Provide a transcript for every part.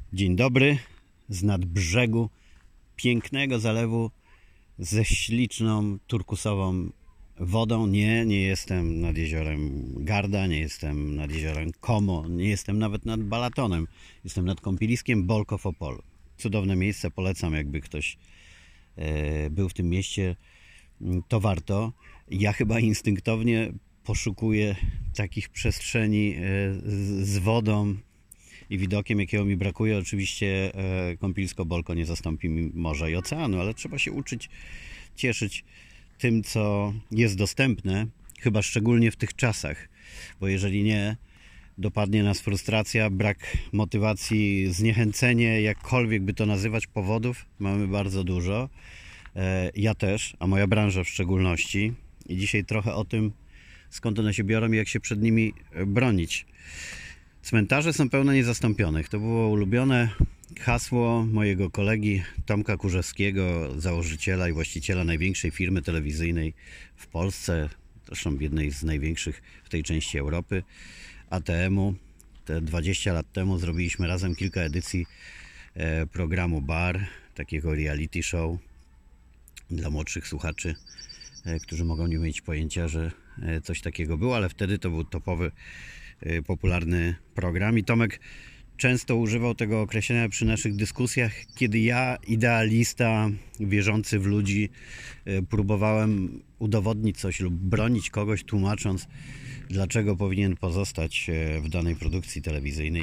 Dzień dobry z nadbrzegu pięknego zalewu ze śliczną turkusową wodą. Nie jestem nad jeziorem Garda, nie jestem nad jeziorem Como, nie jestem nawet nad Balatonem. Jestem nad kąpieliskiem Bolko w Opolu. Cudowne miejsce, polecam, jakby ktoś był w tym mieście, to warto. Ja chyba instynktownie poszukuję takich przestrzeni z wodą i widokiem, jakiego mi brakuje. Oczywiście kąpielisko Bolko nie zastąpi mi morza i oceanu, ale trzeba się uczyć cieszyć tym, co jest dostępne, chyba szczególnie w tych czasach, bo jeżeli nie, dopadnie nas frustracja, brak motywacji, zniechęcenie, jakkolwiek by to nazywać, powodów mamy bardzo dużo. Ja też, a moja branża w szczególności. I dzisiaj trochę o tym, skąd one się biorą i jak się przed nimi bronić. Cmentarze są pełne niezastąpionych. To było ulubione hasło mojego kolegi Tomka Kurzewskiego, założyciela i właściciela największej firmy telewizyjnej w Polsce, zresztą jednej z największych w tej części Europy, ATM-u. Te 20 lat temu zrobiliśmy razem kilka edycji programu Bar, takiego reality show dla młodszych słuchaczy, którzy mogą nie mieć pojęcia, że coś takiego było, ale wtedy to był topowy, popularny program i Tomek często używał tego określenia przy naszych dyskusjach, kiedy ja, idealista, wierzący w ludzi, próbowałem udowodnić coś lub bronić kogoś, tłumacząc, dlaczego powinien pozostać w danej produkcji telewizyjnej.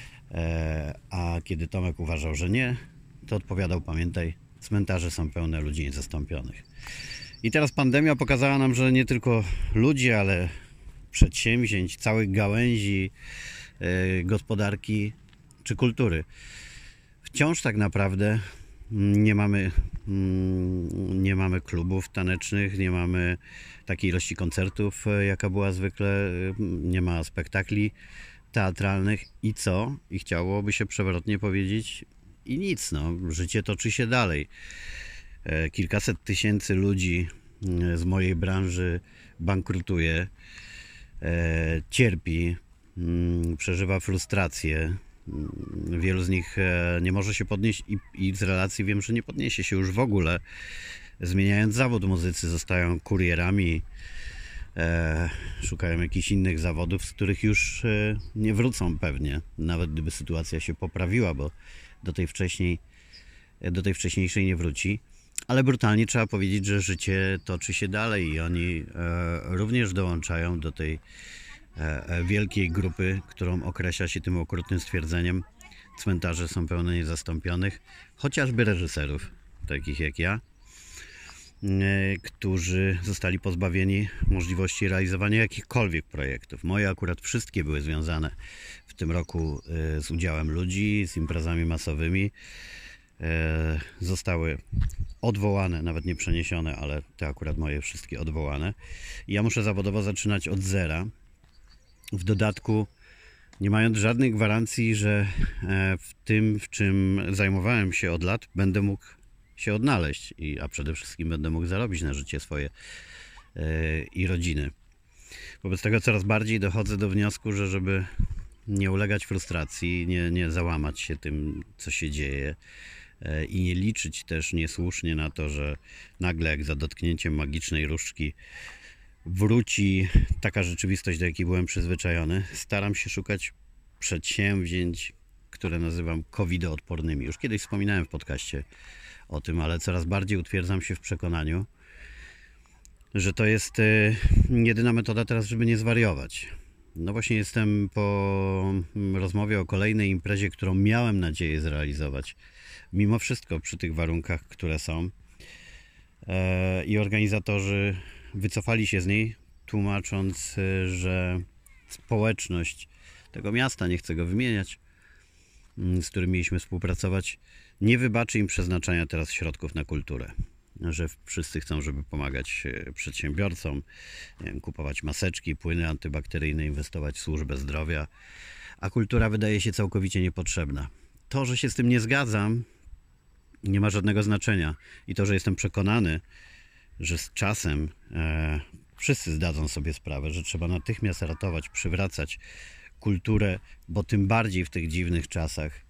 A kiedy Tomek uważał, że nie, to odpowiadał: pamiętaj, cmentarze są pełne ludzi niezastąpionych. I teraz pandemia pokazała nam, że nie tylko ludzi, ale przedsięwzięć, całych gałęzi gospodarki czy kultury. Wciąż tak naprawdę nie mamy klubów tanecznych, nie mamy takiej ilości koncertów, jaka była zwykle, nie ma spektakli teatralnych i co? I chciałoby się przewrotnie powiedzieć i nic, no, życie toczy się dalej. Kilkaset tysięcy ludzi z mojej branży bankrutuje, cierpi, przeżywa frustrację. Wielu z nich nie może się podnieść i z relacji wiem, że nie podniesie się już w ogóle. Zmieniając zawód, muzycy zostają kurierami, szukają jakichś innych zawodów, z których już nie wrócą pewnie, nawet gdyby sytuacja się poprawiła, bo do tej wcześniejszej nie wróci. Ale brutalnie trzeba powiedzieć, że życie toczy się dalej i oni również dołączają do tej wielkiej grupy, którą określa się tym okrutnym stwierdzeniem: cmentarze są pełne niezastąpionych, chociażby reżyserów, takich jak ja, którzy zostali pozbawieni możliwości realizowania jakichkolwiek projektów. Moje akurat wszystkie były związane w tym roku z udziałem ludzi, z imprezami masowymi. Zostały odwołane, nawet nie przeniesione, ale te akurat moje wszystkie odwołane. I ja muszę zawodowo zaczynać od zera. W dodatku nie mając żadnych gwarancji, że w tym, w czym zajmowałem się od lat, będę mógł się odnaleźć, a przede wszystkim będę mógł zarobić na życie swoje i rodziny. Wobec tego coraz bardziej dochodzę do wniosku, że żeby nie ulegać frustracji, nie załamać się tym, co się dzieje i nie liczyć też niesłusznie na to, że nagle jak za dotknięciem magicznej różdżki wróci taka rzeczywistość, do jakiej byłem przyzwyczajony. Staram się szukać przedsięwzięć, które nazywam covidoodpornymi. Już kiedyś wspominałem w podcaście o tym, ale coraz bardziej utwierdzam się w przekonaniu, że to jest jedyna metoda teraz, żeby nie zwariować. No właśnie jestem po rozmowie o kolejnej imprezie, którą miałem nadzieję zrealizować, mimo wszystko przy tych warunkach, które są. I organizatorzy wycofali się z niej, tłumacząc, że społeczność tego miasta, nie chcę go wymieniać, z którym mieliśmy współpracować, nie wybaczy im przeznaczania teraz środków na kulturę. Że wszyscy chcą, żeby pomagać przedsiębiorcom, nie wiem, kupować maseczki, płyny antybakteryjne, inwestować w służbę zdrowia, a kultura wydaje się całkowicie niepotrzebna. To, że się z tym nie zgadzam, nie ma żadnego znaczenia. I to, że jestem przekonany, że z czasem wszyscy zdadzą sobie sprawę, że trzeba natychmiast ratować, przywracać kulturę, bo tym bardziej w tych dziwnych czasach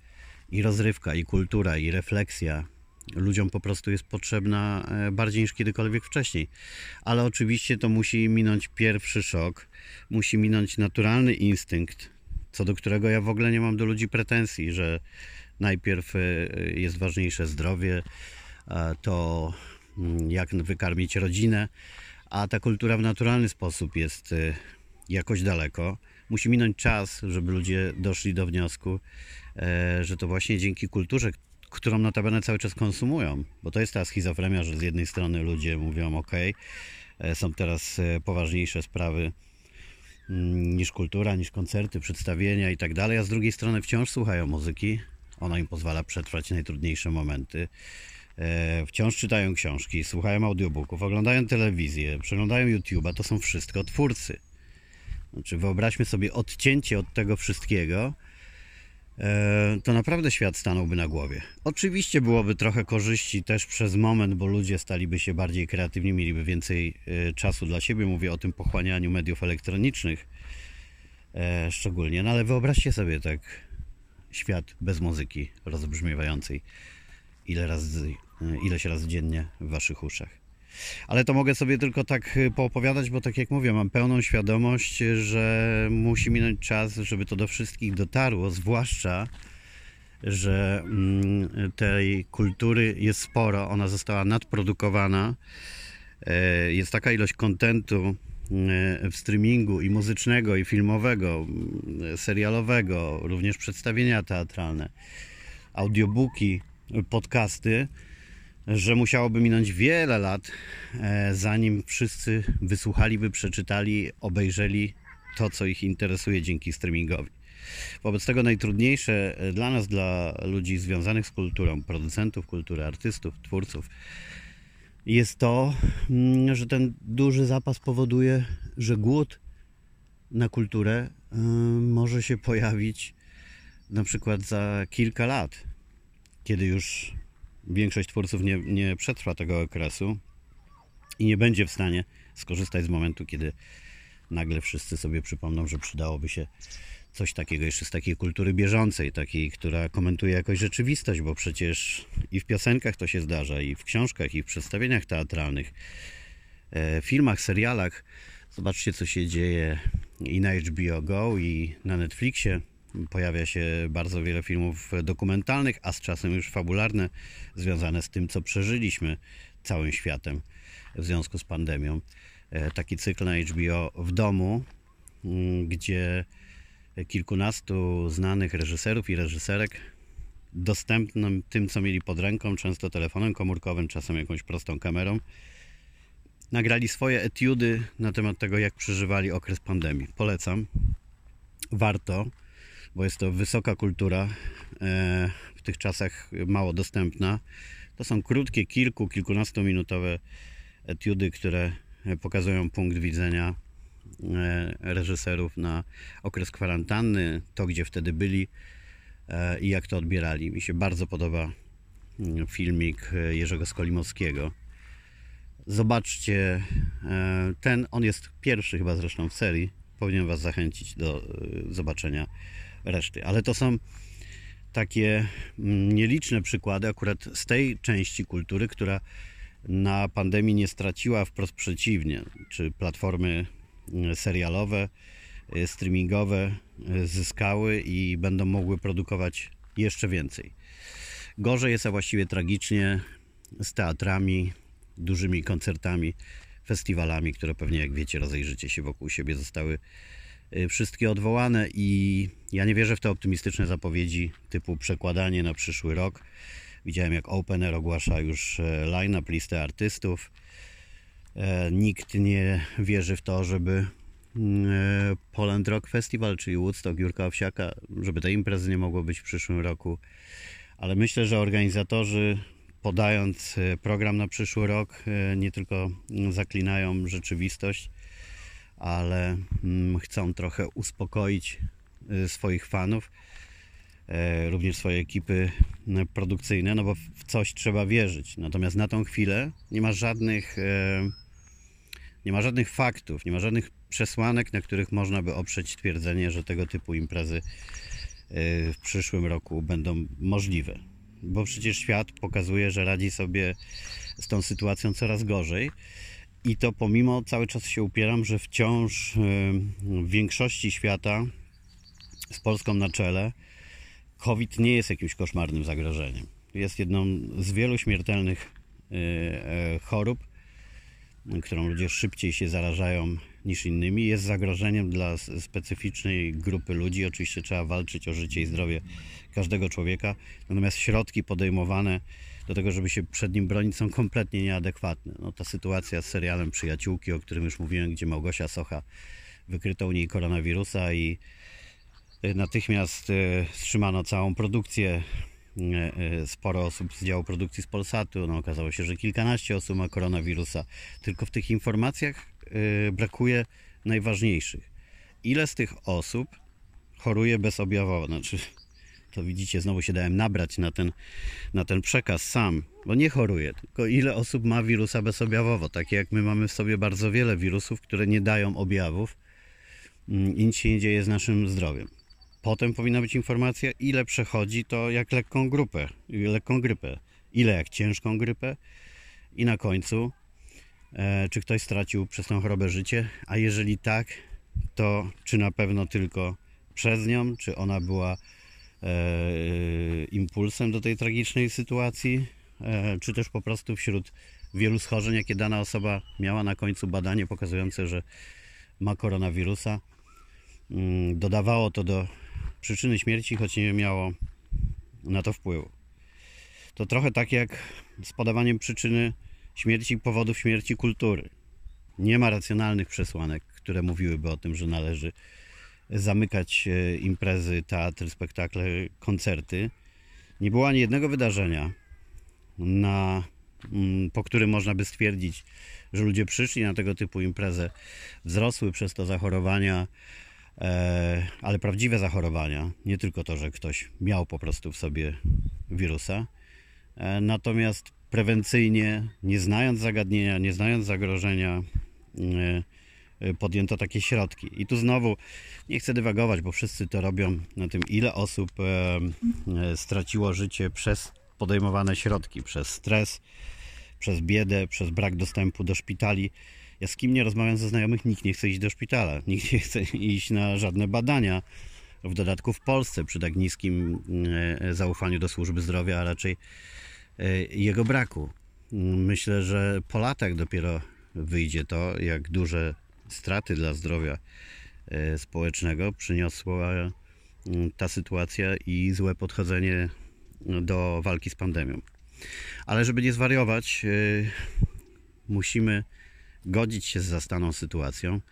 i rozrywka, i kultura, i refleksja ludziom po prostu jest potrzebna bardziej niż kiedykolwiek wcześniej. Ale oczywiście to musi minąć pierwszy szok, musi minąć naturalny instynkt, co do którego ja w ogóle nie mam do ludzi pretensji, że najpierw jest ważniejsze zdrowie, to jak wykarmić rodzinę, a ta kultura w naturalny sposób jest jakoś daleko. Musi minąć czas, żeby ludzie doszli do wniosku, że to właśnie dzięki kulturze, którą notabene cały czas konsumują, bo to jest ta schizofrenia, że z jednej strony ludzie mówią ok, są teraz poważniejsze sprawy niż kultura, niż koncerty, przedstawienia i tak dalej, a z drugiej strony wciąż słuchają muzyki, ona im pozwala przetrwać najtrudniejsze momenty, wciąż czytają książki, słuchają audiobooków, oglądają telewizję, przeglądają YouTube'a, to są wszystko twórcy. Znaczy wyobraźmy sobie odcięcie od tego wszystkiego, to naprawdę świat stanąłby na głowie. Oczywiście byłoby trochę korzyści też przez moment, bo ludzie staliby się bardziej kreatywni, mieliby więcej czasu dla siebie. Mówię o tym pochłanianiu mediów elektronicznych szczególnie. No ale wyobraźcie sobie tak świat bez muzyki rozbrzmiewającej ileś razy dziennie w waszych uszach. Ale to mogę sobie tylko tak poopowiadać, bo tak jak mówię, mam pełną świadomość, że musi minąć czas, żeby to do wszystkich dotarło, zwłaszcza, że tej kultury jest sporo, ona została nadprodukowana, jest taka ilość kontentu w streamingu i muzycznego, i filmowego, serialowego, również przedstawienia teatralne, audiobooki, podcasty, że musiałoby minąć wiele lat, zanim wszyscy wysłuchaliby, przeczytali, obejrzeli to, co ich interesuje dzięki streamingowi. Wobec tego najtrudniejsze dla nas, dla ludzi związanych z kulturą, producentów kultury, artystów, twórców, jest to, że ten duży zapas powoduje, że głód na kulturę może się pojawić na przykład za kilka lat, kiedy już większość twórców nie przetrwa tego okresu i nie będzie w stanie skorzystać z momentu, kiedy nagle wszyscy sobie przypomną, że przydałoby się coś takiego jeszcze z takiej kultury bieżącej, takiej, która komentuje jakoś rzeczywistość, bo przecież i w piosenkach to się zdarza, i w książkach, i w przedstawieniach teatralnych, filmach, serialach. Zobaczcie, co się dzieje i na HBO Go, i na Netflixie. Pojawia się bardzo wiele filmów dokumentalnych, a z czasem już fabularne, związane z tym, co przeżyliśmy całym światem w związku z pandemią. Taki cykl na HBO W domu, gdzie kilkunastu znanych reżyserów i reżyserek, dostępnym tym, co mieli pod ręką, często telefonem komórkowym, czasem jakąś prostą kamerą, nagrali swoje etiudy na temat tego, jak przeżywali okres pandemii. Polecam. Warto, bo jest to wysoka kultura, w tych czasach mało dostępna. To są krótkie, kilkunastominutowe etiudy, które pokazują punkt widzenia reżyserów na okres kwarantanny, to gdzie wtedy byli i jak to odbierali. Mi się bardzo podoba filmik Jerzego Skolimowskiego. Zobaczcie on jest pierwszy chyba zresztą w serii. Powinien was zachęcić do zobaczenia reszty. Ale to są takie nieliczne przykłady akurat z tej części kultury, która na pandemii nie straciła, wprost przeciwnie. Czy platformy serialowe, streamingowe zyskały i będą mogły produkować jeszcze więcej. Gorzej jest, a właściwie tragicznie, z teatrami, dużymi koncertami, festiwalami, które pewnie, jak wiecie, rozejrzycie się wokół siebie, zostały wszystkie odwołane i ja nie wierzę w te optymistyczne zapowiedzi typu przekładanie na przyszły rok. Widziałem, jak Open Air ogłasza już line-up, listę artystów. Nikt nie wierzy w to, żeby Poland Rock Festival, czyli Woodstock Jurka Owsiaka, żeby tej imprezy nie mogło być w przyszłym roku. Ale myślę, że organizatorzy, podając program na przyszły rok, nie tylko zaklinają rzeczywistość, ale chcą trochę uspokoić swoich fanów, również swoje ekipy produkcyjne, no bo w coś trzeba wierzyć. Natomiast na tą chwilę nie ma żadnych faktów, nie ma żadnych przesłanek, na których można by oprzeć twierdzenie, że tego typu imprezy w przyszłym roku będą możliwe. Bo przecież świat pokazuje, że radzi sobie z tą sytuacją coraz gorzej. I to pomimo, cały czas się upieram, że wciąż w większości świata, z Polską na czele, COVID nie jest jakimś koszmarnym zagrożeniem. Jest jedną z wielu śmiertelnych chorób, którą ludzie szybciej się zarażają niż innymi. Jest zagrożeniem dla specyficznej grupy ludzi. Oczywiście trzeba walczyć o życie i zdrowie każdego człowieka. Natomiast środki podejmowane do tego, żeby się przed nim bronić, są kompletnie nieadekwatne. No, ta sytuacja z serialem Przyjaciółki, o którym już mówiłem, gdzie Małgosia Socha wykryto u niej koronawirusa i natychmiast wstrzymano całą produkcję. Sporo osób z działu produkcji z Polsatu. No, okazało się, że kilkanaście osób ma koronawirusa. Tylko w tych informacjach brakuje najważniejszych. Ile z tych osób choruje bezobjawowo? Znaczy, to widzicie, znowu się dałem nabrać na ten przekaz sam, bo nie choruje, tylko ile osób ma wirusa bezobjawowo. Takie jak my mamy w sobie bardzo wiele wirusów, które nie dają objawów i nic się nie dzieje z naszym zdrowiem. Potem powinna być informacja, ile przechodzi to jak lekką grypę, ile jak ciężką grypę i na końcu, czy ktoś stracił przez tą chorobę życie, a jeżeli tak, to czy na pewno tylko przez nią, czy ona była impulsem do tej tragicznej sytuacji, czy też po prostu wśród wielu schorzeń, jakie dana osoba miała, na końcu badanie pokazujące, że ma koronawirusa, dodawało to do przyczyny śmierci, choć nie miało na to wpływu. To trochę tak jak z podawaniem przyczyny śmierci, powodów śmierci kultury. Nie ma racjonalnych przesłanek, które mówiłyby o tym, że należy zamykać imprezy, teatry, spektakle, koncerty. Nie było ani jednego wydarzenia, po którym można by stwierdzić, że ludzie przyszli na tego typu imprezę, wzrosły przez to zachorowania, ale prawdziwe zachorowania, nie tylko to, że ktoś miał po prostu w sobie wirusa. Natomiast prewencyjnie, nie znając zagadnienia, nie znając zagrożenia, podjęto takie środki. I tu znowu nie chcę dywagować, bo wszyscy to robią na tym, ile osób straciło życie przez podejmowane środki, przez stres, przez biedę, przez brak dostępu do szpitali. Ja z kim nie rozmawiam ze znajomych, nikt nie chce iść do szpitala, nikt nie chce iść na żadne badania. W dodatku w Polsce przy tak niskim zaufaniu do służby zdrowia, a raczej jego braku. Myślę, że po latach dopiero wyjdzie to, jak duże straty dla zdrowia społecznego przyniosła ta sytuacja i złe podchodzenie do walki z pandemią. Ale żeby nie zwariować, musimy godzić się z zastaną sytuacją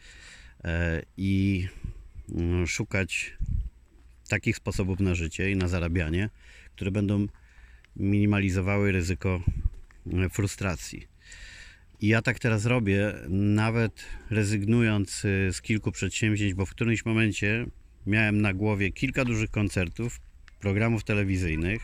i szukać takich sposobów na życie i na zarabianie, które będą minimalizowały ryzyko frustracji. I ja tak teraz robię, nawet rezygnując z kilku przedsięwzięć, bo w którymś momencie miałem na głowie kilka dużych koncertów, programów telewizyjnych,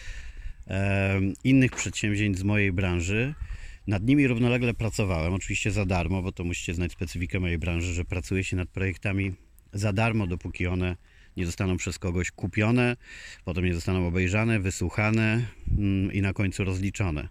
innych przedsięwzięć z mojej branży. Nad nimi równolegle pracowałem, oczywiście za darmo, bo to musicie znać specyfikę mojej branży, że pracuje się nad projektami za darmo, dopóki one nie zostaną przez kogoś kupione, potem nie zostaną obejrzane, wysłuchane i na końcu rozliczone.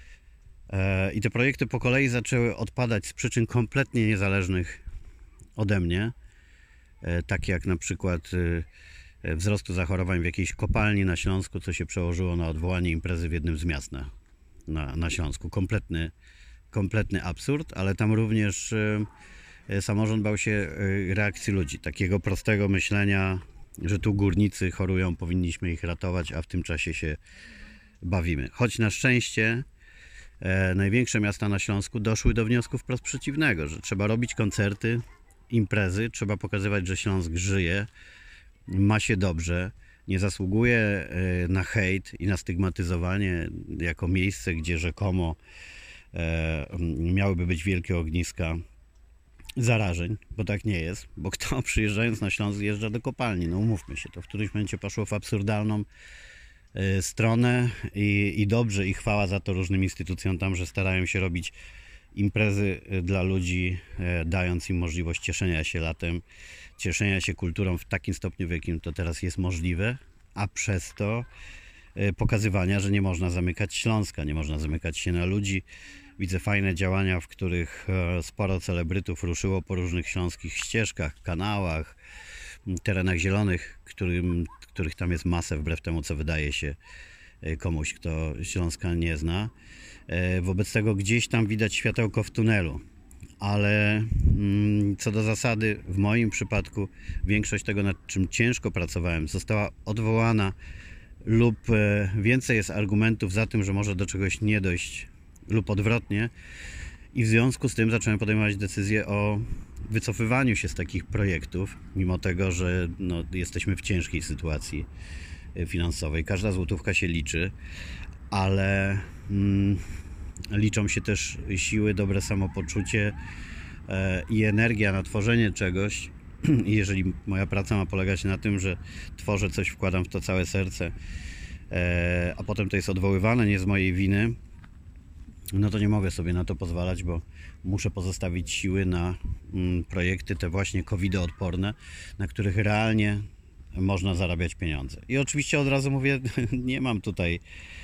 I te projekty po kolei zaczęły odpadać z przyczyn kompletnie niezależnych ode mnie, takie jak na przykład wzrostu zachorowań w jakiejś kopalni na Śląsku, co się przełożyło na odwołanie imprezy w jednym z miast na Śląsku. Kompletny absurd, ale tam również samorząd bał się reakcji ludzi, takiego prostego myślenia, że tu górnicy chorują, powinniśmy ich ratować, a w tym czasie się bawimy. Choć na szczęście największe miasta na Śląsku doszły do wniosku wprost przeciwnego, że trzeba robić koncerty, imprezy, trzeba pokazywać, że Śląsk żyje, ma się dobrze, nie zasługuje na hejt i na stygmatyzowanie jako miejsce, gdzie rzekomo miałyby być wielkie ogniska zarażeń, bo tak nie jest, bo kto przyjeżdżając na Śląsk jeżdża do kopalni, no umówmy się, to w którymś momencie poszło w absurdalną stronę i dobrze i chwała za to różnym instytucjom tam, że starają się robić imprezy dla ludzi, dając im możliwość cieszenia się latem, cieszenia się kulturą w takim stopniu, w jakim to teraz jest możliwe, a przez to pokazywania, że nie można zamykać Śląska, nie można zamykać się na ludzi. Widzę fajne działania, w których sporo celebrytów ruszyło po różnych śląskich ścieżkach, kanałach, terenach zielonych, których tam jest masę, wbrew temu, co wydaje się komuś, kto Śląska nie zna. Wobec tego gdzieś tam widać światełko w tunelu, ale co do zasady, w moim przypadku większość tego, nad czym ciężko pracowałem, została odwołana lub więcej jest argumentów za tym, że może do czegoś nie dojść lub odwrotnie, i w związku z tym zacząłem podejmować decyzję o wycofywaniu się z takich projektów, mimo tego, że jesteśmy w ciężkiej sytuacji finansowej. Każda złotówka się liczy, ale liczą się też siły, dobre samopoczucie i energia na tworzenie czegoś. I jeżeli moja praca ma polegać na tym, że tworzę coś, wkładam w to całe serce, a potem to jest odwoływane nie z mojej winy, no to nie mogę sobie na to pozwalać, bo muszę pozostawić siły na projekty te właśnie covidoodporne, na których realnie można zarabiać pieniądze. I oczywiście od razu mówię, nie mam tutaj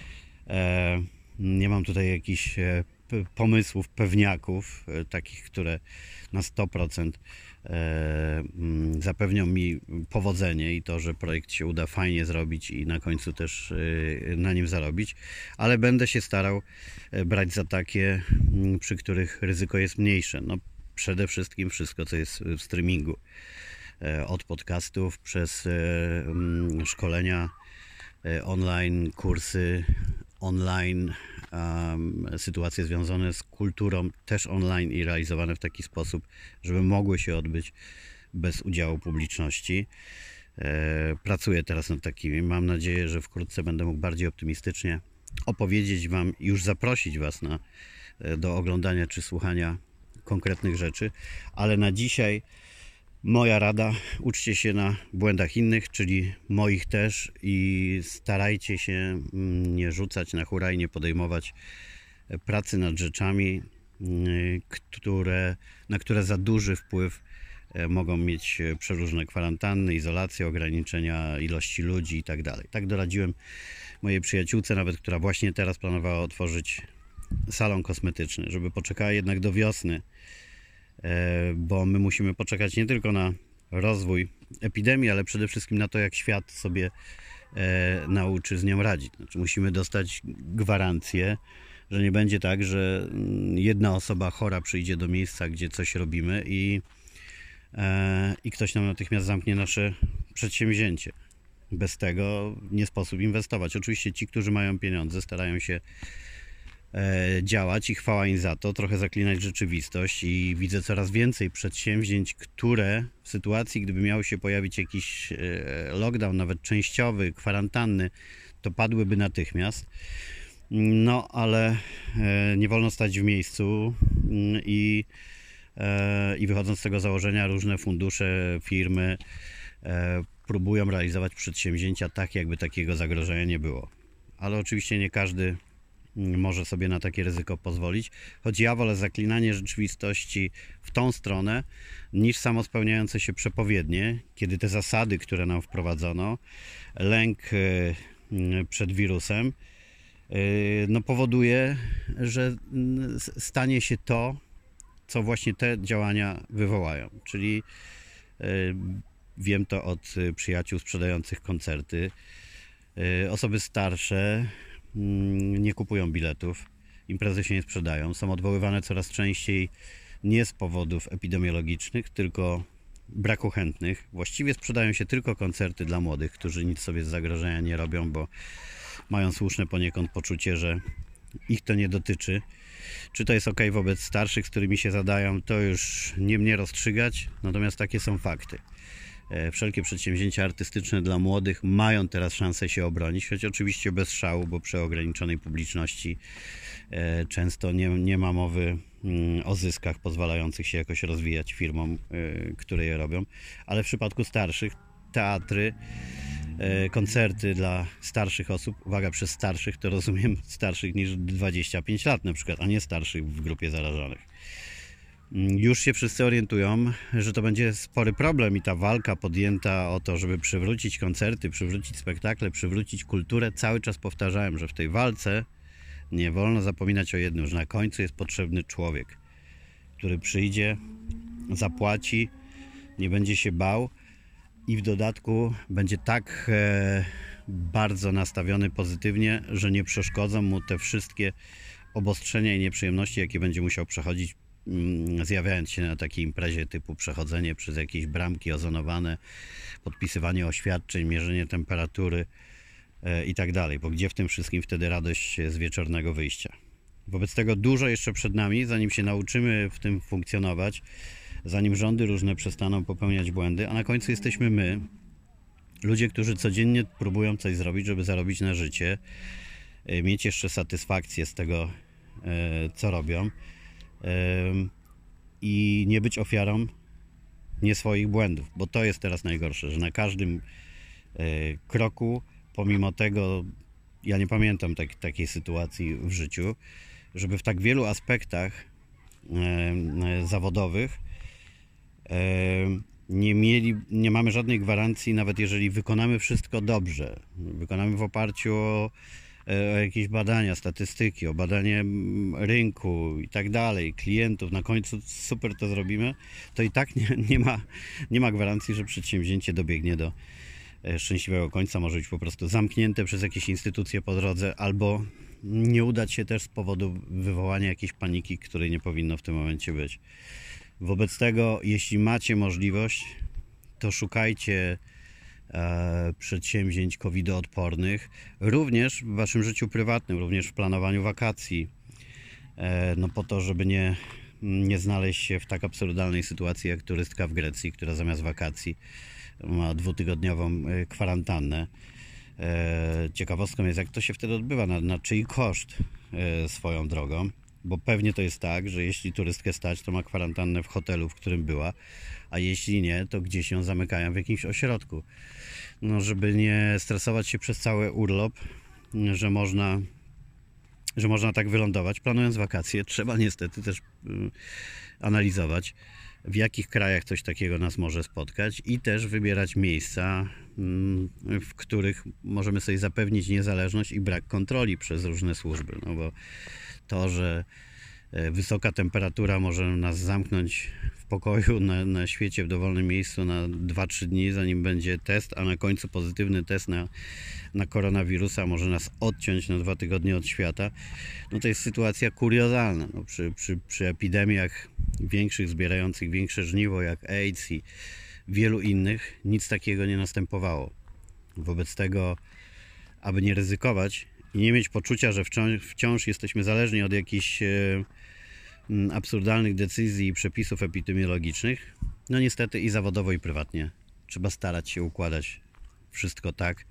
jakichś pomysłów, pewniaków, takich, które na 100% zapewnią mi powodzenie i to, że projekt się uda fajnie zrobić i na końcu też na nim zarobić, ale będę się starał brać za takie, przy których ryzyko jest mniejsze. No, przede wszystkim wszystko, co jest w streamingu. Od podcastów, przez szkolenia online, kursy online, sytuacje związane z kulturą też online i realizowane w taki sposób, żeby mogły się odbyć bez udziału publiczności. Pracuję teraz nad takimi. Mam nadzieję, że wkrótce będę mógł bardziej optymistycznie opowiedzieć Wam i już zaprosić Was do oglądania czy słuchania konkretnych rzeczy, ale na dzisiaj moja rada: uczcie się na błędach innych, czyli moich też, i starajcie się nie rzucać na hura i nie podejmować pracy nad rzeczami, na które za duży wpływ mogą mieć przeróżne kwarantanny, izolacje, ograniczenia ilości ludzi i tak dalej. Tak doradziłem mojej przyjaciółce, nawet która właśnie teraz planowała otworzyć salon kosmetyczny, żeby poczekała jednak do wiosny, bo my musimy poczekać nie tylko na rozwój epidemii, ale przede wszystkim na to, jak świat sobie nauczy z nią radzić. Znaczy, musimy dostać gwarancję, że nie będzie tak, że jedna osoba chora przyjdzie do miejsca, gdzie coś robimy i ktoś nam natychmiast zamknie nasze przedsięwzięcie. Bez tego nie sposób inwestować. Oczywiście ci, którzy mają pieniądze, starają się działać i chwała im za to, trochę zaklinać rzeczywistość, i widzę coraz więcej przedsięwzięć, które w sytuacji, gdyby miał się pojawić jakiś lockdown, nawet częściowy, kwarantanny, to padłyby natychmiast. No, ale nie wolno stać w miejscu i wychodząc z tego założenia, różne fundusze, firmy próbują realizować przedsięwzięcia tak, jakby takiego zagrożenia nie było. Ale oczywiście nie każdy może sobie na takie ryzyko pozwolić, choć ja wolę zaklinanie rzeczywistości w tą stronę, niż samospełniające się przepowiednie, kiedy te zasady, które nam wprowadzono, lęk przed wirusem, powoduje, że stanie się to, co właśnie te działania wywołają. Czyli wiem to od przyjaciół sprzedających koncerty. Osoby starsze nie kupują biletów, imprezy się nie sprzedają, są odwoływane coraz częściej nie z powodów epidemiologicznych, tylko braku chętnych. Właściwie sprzedają się tylko koncerty dla młodych, którzy nic sobie z zagrożenia nie robią, bo mają słuszne poniekąd poczucie, że ich to nie dotyczy. Czy to jest ok wobec starszych, z którymi się zadają, to już nie mnie rozstrzygać, natomiast takie są fakty. Wszelkie przedsięwzięcia artystyczne dla młodych mają teraz szansę się obronić, choć oczywiście bez szału, bo przy ograniczonej publiczności często nie ma mowy o zyskach pozwalających się jakoś rozwijać firmom, które je robią. Ale w przypadku starszych teatry koncerty dla starszych osób. Uwaga, przez starszych to rozumiem starszych niż 25 lat na przykład, a nie starszych w grupie zarażonych. Już się wszyscy orientują, że to będzie spory problem i ta walka podjęta o to, żeby przywrócić koncerty, przywrócić spektakle, przywrócić kulturę. Cały czas powtarzałem, że w tej walce nie wolno zapominać o jednym, że na końcu jest potrzebny człowiek, który przyjdzie, zapłaci, nie będzie się bał i w dodatku będzie tak bardzo nastawiony pozytywnie, że nie przeszkodzą mu te wszystkie obostrzenia i nieprzyjemności, jakie będzie musiał przechodzić, zjawiając się na takiej imprezie typu przechodzenie przez jakieś bramki ozonowane, podpisywanie oświadczeń, mierzenie temperatury i tak dalej, bo gdzie w tym wszystkim wtedy radość z wieczornego wyjścia? Wobec tego dużo jeszcze przed nami, zanim się nauczymy w tym funkcjonować, zanim rządy różne przestaną popełniać błędy, a na końcu jesteśmy my, ludzie, którzy codziennie próbują coś zrobić, żeby zarobić na życie, mieć jeszcze satysfakcję z tego, co robią i nie być ofiarą nie swoich błędów, bo to jest teraz najgorsze, że na każdym kroku, pomimo tego, ja nie pamiętam takiej sytuacji w życiu, żeby w tak wielu aspektach zawodowych nie mamy żadnej gwarancji, nawet jeżeli wykonamy wszystko dobrze, wykonamy w oparciu o jakieś badania, statystyki, o badanie rynku i tak dalej, klientów, na końcu super to zrobimy, to i tak nie ma gwarancji, że przedsięwzięcie dobiegnie do szczęśliwego końca, może być po prostu zamknięte przez jakieś instytucje po drodze, albo nie udać się też z powodu wywołania jakiejś paniki, której nie powinno w tym momencie być. Wobec tego, jeśli macie możliwość, to szukajcie przedsięwzięć covidoodpornych, również w waszym życiu prywatnym, również w planowaniu wakacji, no po to, żeby nie znaleźć się w tak absurdalnej sytuacji jak turystka w Grecji, która zamiast wakacji ma 2-tygodniową kwarantannę. Ciekawostką jest, jak to się wtedy odbywa, na czyj koszt swoją drogą, bo pewnie to jest tak, że jeśli turystkę stać, to ma kwarantannę w hotelu, w którym była, a jeśli nie, to gdzieś ją zamykają w jakimś ośrodku. No, żeby nie stresować się przez cały urlop, że można tak wylądować, planując wakacje, trzeba niestety też analizować, w jakich krajach coś takiego nas może spotkać i też wybierać miejsca, w których możemy sobie zapewnić niezależność i brak kontroli przez różne służby. No bo to, że wysoka temperatura może nas zamknąć w pokoju na świecie, w dowolnym miejscu na 2-3 dni, zanim będzie test, a na końcu pozytywny test na koronawirusa może nas odciąć na 2 tygodnie od świata, no to jest sytuacja kuriozalna. No przy epidemiach większych, zbierających większe żniwo jak AIDS i wielu innych, nic takiego nie następowało. Wobec tego, aby nie ryzykować i nie mieć poczucia, że wciąż jesteśmy zależni od jakichś absurdalnych decyzji i przepisów epidemiologicznych, no niestety i zawodowo, i prywatnie trzeba starać się układać wszystko tak,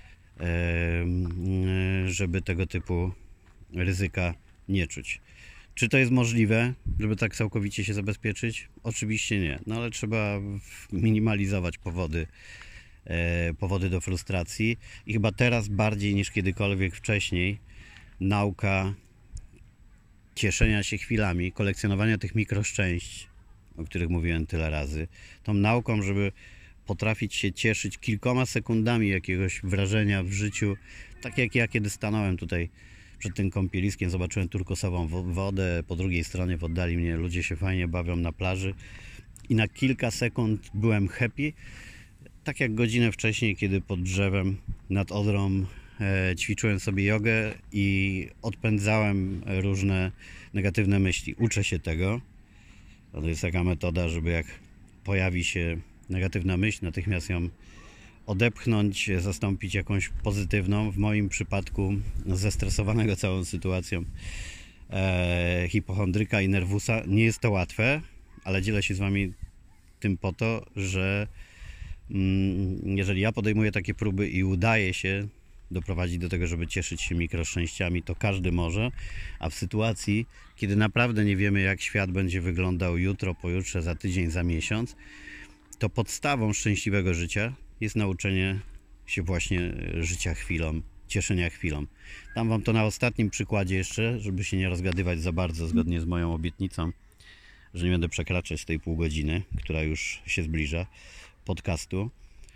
żeby tego typu ryzyka nie czuć. Czy to jest możliwe, żeby tak całkowicie się zabezpieczyć? Oczywiście nie, no ale trzeba minimalizować powody do frustracji i chyba teraz bardziej niż kiedykolwiek wcześniej nauka cieszenia się chwilami, kolekcjonowania tych mikroszczęść, o których mówiłem tyle razy, tą nauką, żeby potrafić się cieszyć kilkoma sekundami jakiegoś wrażenia w życiu, tak jak ja, kiedy stanąłem tutaj przed tym kąpieliskiem, zobaczyłem turkosową wodę, po drugiej stronie w oddali mnie ludzie się fajnie bawią na plaży i na kilka sekund byłem happy, tak jak godzinę wcześniej, kiedy pod drzewem nad Odrą ćwiczyłem sobie jogę i odpędzałem różne negatywne myśli. Uczę się tego. To jest taka metoda, żeby jak pojawi się negatywna myśl, natychmiast ją odepchnąć, zastąpić jakąś pozytywną. W moim przypadku zestresowanego całą sytuacją hipochondryka i nerwusa nie jest to łatwe, ale dzielę się z wami tym po to, że jeżeli ja podejmuję takie próby i udaje się doprowadzić do tego, żeby cieszyć się mikroszczęściami, to każdy może, a w sytuacji, kiedy naprawdę nie wiemy, jak świat będzie wyglądał jutro, pojutrze, za tydzień, za miesiąc, to podstawą szczęśliwego życia jest nauczenie się właśnie życia chwilą, cieszenia chwilą. Dam wam to na ostatnim przykładzie jeszcze, żeby się nie rozgadywać za bardzo, zgodnie z moją obietnicą, że nie będę przekraczać tej pół godziny, która już się zbliża, podcastu.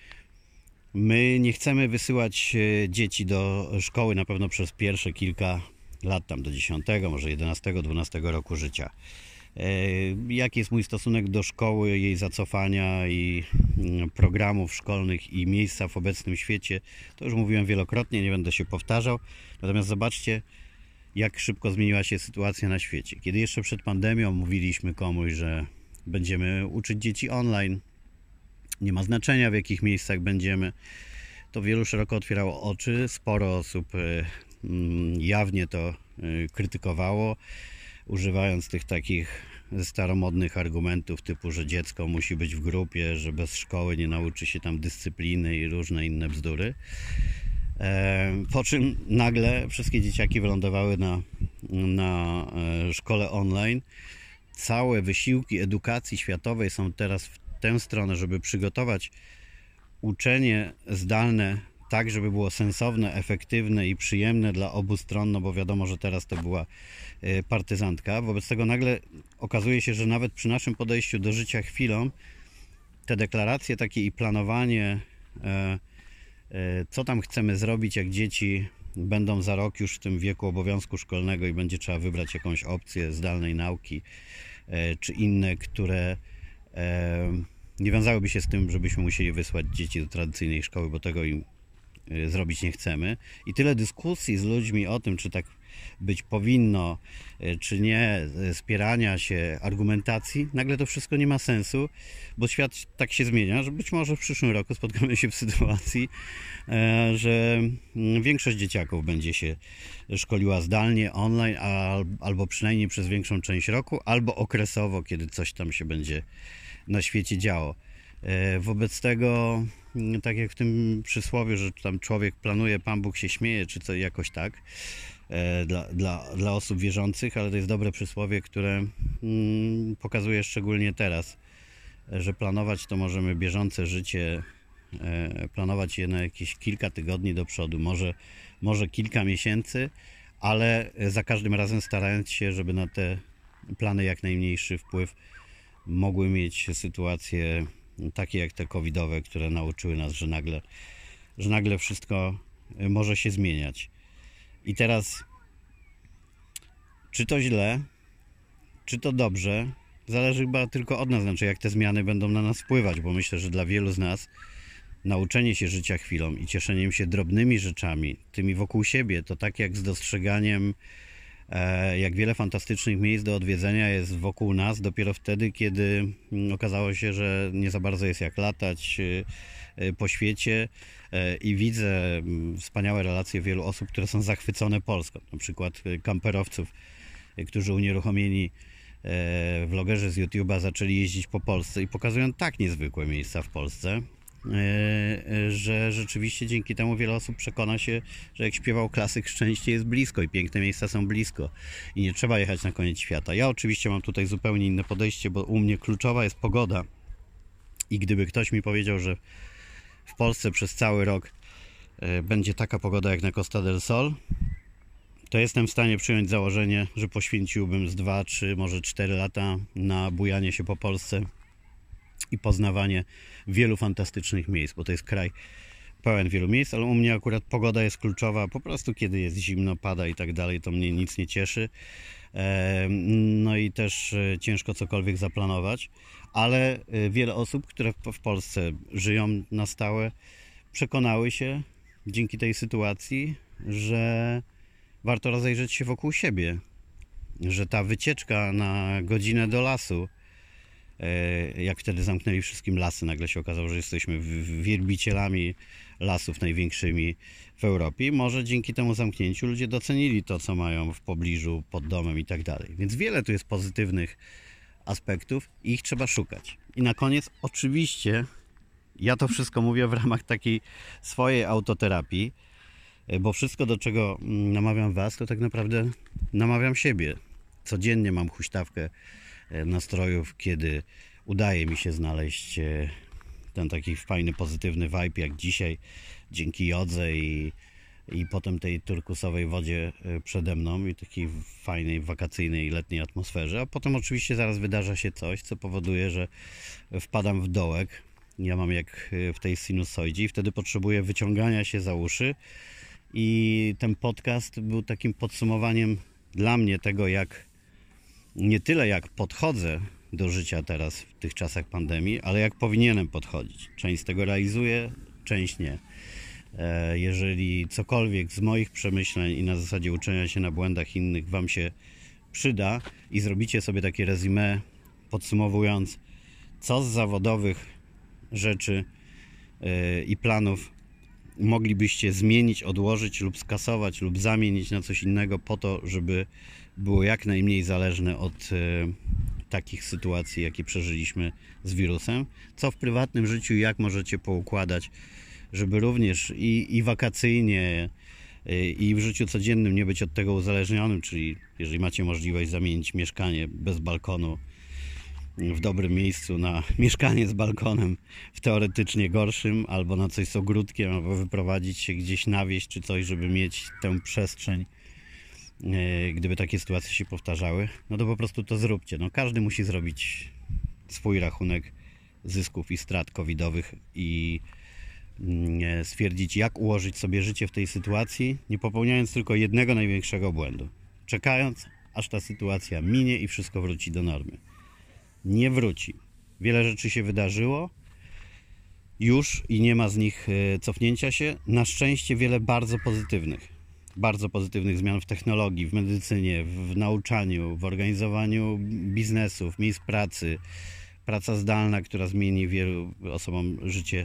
My nie chcemy wysyłać dzieci do szkoły na pewno przez pierwsze kilka lat, tam do 10, może 11, 12 roku życia. Jaki jest mój stosunek do szkoły, jej zacofania i programów szkolnych i miejsca w obecnym świecie, to już mówiłem wielokrotnie, nie będę się powtarzał. Natomiast zobaczcie, jak szybko zmieniła się sytuacja na świecie. Kiedy jeszcze przed pandemią mówiliśmy komuś, że będziemy uczyć dzieci online, nie ma znaczenia, w jakich miejscach będziemy, to wielu szeroko otwierało oczy. Sporo osób jawnie to krytykowało, używając tych takich staromodnych argumentów typu, że dziecko musi być w grupie, że bez szkoły nie nauczy się tam dyscypliny i różne inne bzdury. Po czym nagle wszystkie dzieciaki wylądowały na szkole online. Całe wysiłki edukacji światowej są teraz w tę stronę, żeby przygotować uczenie zdalne tak, żeby było sensowne, efektywne i przyjemne dla obu stron, no bo wiadomo, że teraz to była partyzantka. Wobec tego nagle okazuje się, że nawet przy naszym podejściu do życia chwilą te deklaracje takie i planowanie, co tam chcemy zrobić, jak dzieci będą za rok już w tym wieku obowiązku szkolnego i będzie trzeba wybrać jakąś opcję zdalnej nauki, czy inne, które nie wiązałyby się z tym, żebyśmy musieli wysłać dzieci do tradycyjnej szkoły, bo tego im zrobić nie chcemy. I tyle dyskusji z ludźmi o tym, czy tak być powinno, czy nie, spierania się, argumentacji, nagle to wszystko nie ma sensu, bo świat tak się zmienia, że być może w przyszłym roku spotkamy się w sytuacji, że większość dzieciaków będzie się szkoliła zdalnie, online, albo przynajmniej przez większą część roku, albo okresowo, kiedy coś tam się będzie na świecie działo. Wobec tego, tak jak w tym przysłowiu, że tam człowiek planuje, Pan Bóg się śmieje, czy co jakoś tak, dla osób wierzących, ale to jest dobre przysłowie, które pokazuje szczególnie teraz, że planować to możemy bieżące życie, planować je na jakieś kilka tygodni do przodu, może kilka miesięcy, ale za każdym razem starając się, żeby na te plany jak najmniejszy wpływ mogły mieć sytuacje takie jak te covidowe, które nauczyły nas, że nagle wszystko może się zmieniać. I teraz, czy to źle, czy to dobrze, zależy chyba tylko od nas, znaczy jak te zmiany będą na nas wpływać, bo myślę, że dla wielu z nas nauczenie się życia chwilą i cieszeniem się drobnymi rzeczami, tymi wokół siebie, to tak jak z dostrzeganiem, jak wiele fantastycznych miejsc do odwiedzenia jest wokół nas dopiero wtedy, kiedy okazało się, że nie za bardzo jest jak latać po świecie i widzę wspaniałe relacje wielu osób, które są zachwycone Polską, na przykład kamperowców, którzy unieruchomieni vlogerzy z YouTube'a zaczęli jeździć po Polsce i pokazują tak niezwykłe miejsca w Polsce, że rzeczywiście dzięki temu wiele osób przekona się, że jak śpiewał klasyk, szczęście jest blisko i piękne miejsca są blisko i nie trzeba jechać na koniec świata. Ja oczywiście mam tutaj zupełnie inne podejście, bo u mnie kluczowa jest pogoda i gdyby ktoś mi powiedział, że w Polsce przez cały rok będzie taka pogoda jak na Costa del Sol, to jestem w stanie przyjąć założenie, że poświęciłbym z 2, 3, może 4 lata na bujanie się po Polsce i poznawanie wielu fantastycznych miejsc, bo to jest kraj pełen wielu miejsc, ale u mnie akurat pogoda jest kluczowa, po prostu kiedy jest zimno, pada i tak dalej, to mnie nic nie cieszy. No i też ciężko cokolwiek zaplanować, ale wiele osób, które w Polsce żyją na stałe, przekonały się dzięki tej sytuacji, że warto rozejrzeć się wokół siebie, że ta wycieczka na godzinę do lasu, jak wtedy zamknęli wszystkim lasy, nagle się okazało, że jesteśmy wielbicielami lasów największymi w Europie. Może dzięki temu zamknięciu ludzie docenili to, co mają w pobliżu, pod domem i tak dalej. Więc wiele tu jest pozytywnych aspektów i ich trzeba szukać. I na koniec, oczywiście, ja to wszystko mówię w ramach takiej swojej autoterapii, bo wszystko, do czego namawiam Was, to tak naprawdę namawiam siebie. Codziennie mam huśtawkę nastrojów, kiedy udaje mi się znaleźć ten taki fajny, pozytywny vibe, jak dzisiaj, dzięki jodze i potem tej turkusowej wodzie przede mną i takiej fajnej, wakacyjnej, letniej atmosferze, a potem oczywiście zaraz wydarza się coś, co powoduje, że wpadam w dołek. Ja mam jak w tej sinusoidzie i wtedy potrzebuję wyciągania się za uszy i ten podcast był takim podsumowaniem dla mnie tego, jak nie tyle jak podchodzę do życia teraz w tych czasach pandemii, ale jak powinienem podchodzić. Część z tego realizuję, część nie. Jeżeli cokolwiek z moich przemyśleń i na zasadzie uczenia się na błędach innych Wam się przyda i zrobicie sobie takie resume podsumowując, co z zawodowych rzeczy i planów moglibyście zmienić, odłożyć lub skasować lub zamienić na coś innego po to, żeby było jak najmniej zależne od takich sytuacji, jakie przeżyliśmy z wirusem. Co w prywatnym życiu, jak możecie poukładać, żeby również i wakacyjnie, i w życiu codziennym nie być od tego uzależnionym, czyli jeżeli macie możliwość zamienić mieszkanie bez balkonu w dobrym miejscu na mieszkanie z balkonem w teoretycznie gorszym, albo na coś z ogródkiem, albo wyprowadzić się gdzieś na wieś czy coś, żeby mieć tę przestrzeń, gdyby takie sytuacje się powtarzały, no to po prostu to zróbcie. No, każdy musi zrobić swój rachunek zysków i strat covidowych i stwierdzić, jak ułożyć sobie życie w tej sytuacji, nie popełniając tylko jednego największego błędu. Czekając, aż ta sytuacja minie i wszystko wróci do normy. Nie wróci. Wiele rzeczy się wydarzyło już i nie ma z nich cofnięcia się. Na szczęście wiele bardzo pozytywnych zmian w technologii, w medycynie, w nauczaniu, w organizowaniu biznesów, miejsc pracy, praca zdalna, która zmieni wielu osobom życie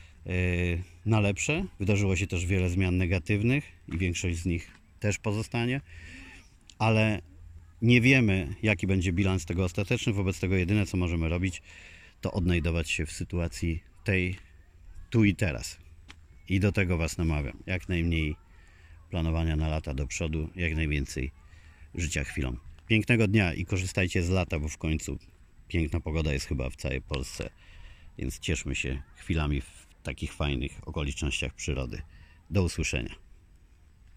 na lepsze. Wydarzyło się też wiele zmian negatywnych i większość z nich też pozostanie, ale nie wiemy, jaki będzie bilans tego ostateczny. Wobec tego jedyne, co możemy robić, to odnajdować się w sytuacji tej tu i teraz. I do tego Was namawiam. Jak najmniej planowania na lata do przodu, jak najwięcej życia chwilą. Pięknego dnia i korzystajcie z lata, bo w końcu piękna pogoda jest chyba w całej Polsce, więc cieszmy się chwilami w takich fajnych okolicznościach przyrody. Do usłyszenia.